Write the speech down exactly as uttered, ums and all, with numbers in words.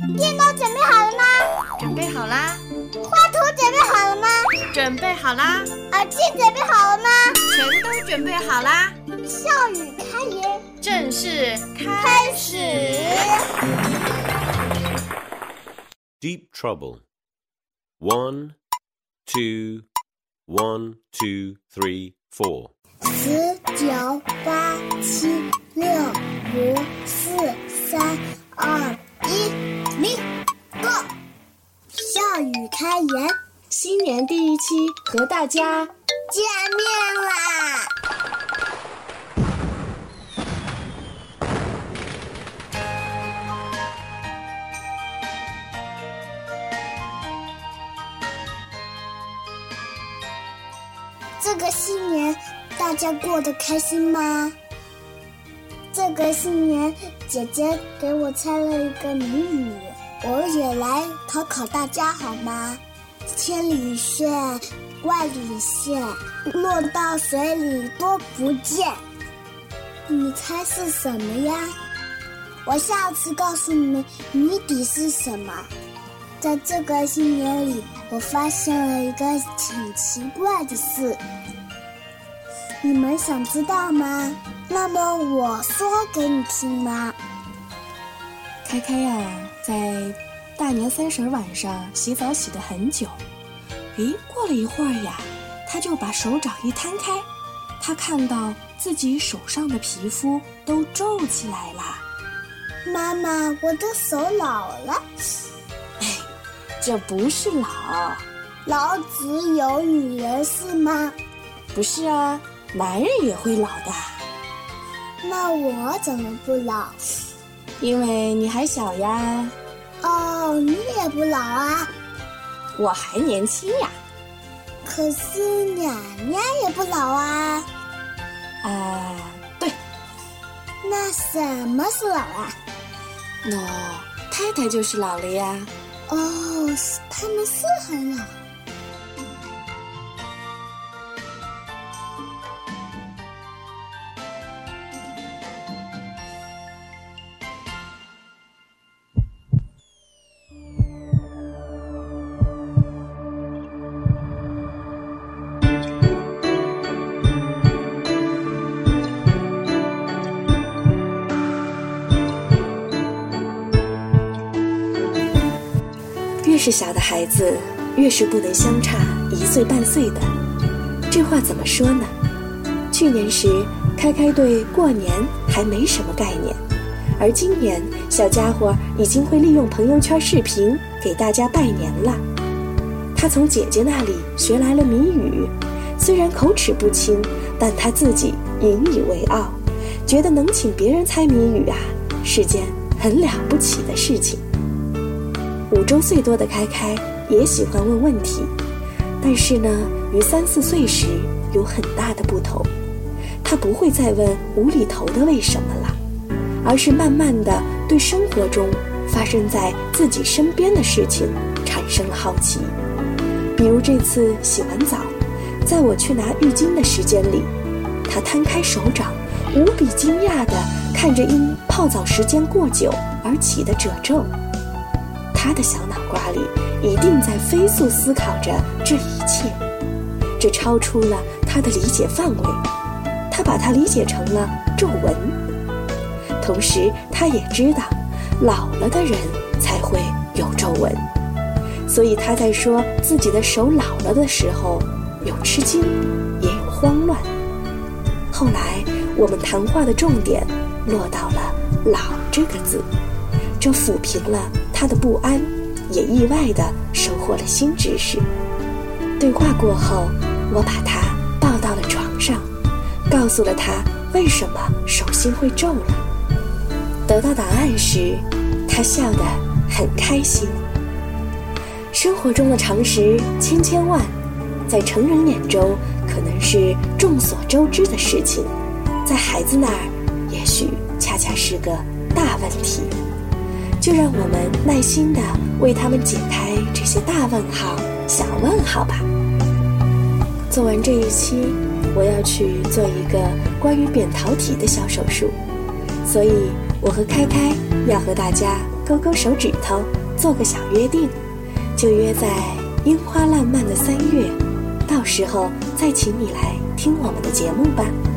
电脑准备好了吗？ 准备好啦。 画图准备好了吗？ 准备好啦。 耳机准备好了吗？ 全都准备好啦。 笑语开言， 正式开始。 Deep trouble. One, two, one, two, three, four. 十九八七六五四三二一零 Go！ 笑语开言， 新年第一期和大家见面啦！这个新年大家过得开心吗？这个新年姐姐给我猜了一个谜语，我也来考考大家好吗？千里雪，万里线，落到水里多不见。你猜是什么呀？我下次告诉你们谜底是什么。在这个新年里，我发现了一个挺奇怪的事，你们想知道吗？那么我说给你听吧。 开开呀，在大年三十晚上洗澡洗得很久，诶，过了一会儿呀，他就把手掌一摊开，他看到自己手上的皮肤都皱起来了。 妈妈，我的手老了。 哎，这不是老， 老只有女人是吗？ 不是啊，男人也会老的。 那我怎么不老？ 因为你还小呀。 哦，你也不老啊？ 我还年轻呀。 可是娘娘也不老啊。 啊，对。 那什么是老啊？ 喏、no, 太太就是老了呀。 哦，他们是很老。 越是小的孩子，越是不能相差一岁半岁的。这话怎么说呢？去年时，开开对过年还没什么概念，而今年小家伙已经会利用朋友圈视频给大家拜年了。他从姐姐那里学来了谜语，虽然口齿不清，但他自己引以为傲，觉得能请别人猜谜语啊，是件很了不起的事情。五周岁多的开开也喜欢问问题，但是呢，与三四岁时有很大的不同。他不会再问无厘头的为什么了，而是慢慢的对生活中发生在自己身边的事情产生了好奇。比如这次洗完澡，在我去拿浴巾的时间里，他摊开手掌，无比惊讶地看着因泡澡时间过久而起的褶皱。他的小脑瓜里一定在飞速思考着这一切，这超出了他的理解范围，他把它理解成了皱纹。同时他也知道老了的人才会有皱纹，所以他在说自己的手老了的时候，有吃惊也有慌乱。后来我们谈话的重点落到了老这个字，这抚平了他的不安，也意外地收获了新知识。对话过后，我把他抱到了床上，告诉了他为什么手心会皱了。得到答案时，他笑得很开心。生活中的常识千千万，在成人眼中可能是众所周知的事情，在孩子那儿也许恰恰是个大问题。就让我们耐心地为他们解开这些大问号、小问号吧。做完这一期，我要去做一个关于扁桃体的小手术，所以我和开开要和大家勾勾手指头，做个小约定，就约在樱花烂漫的三月，到时候再请你来听我们的节目吧。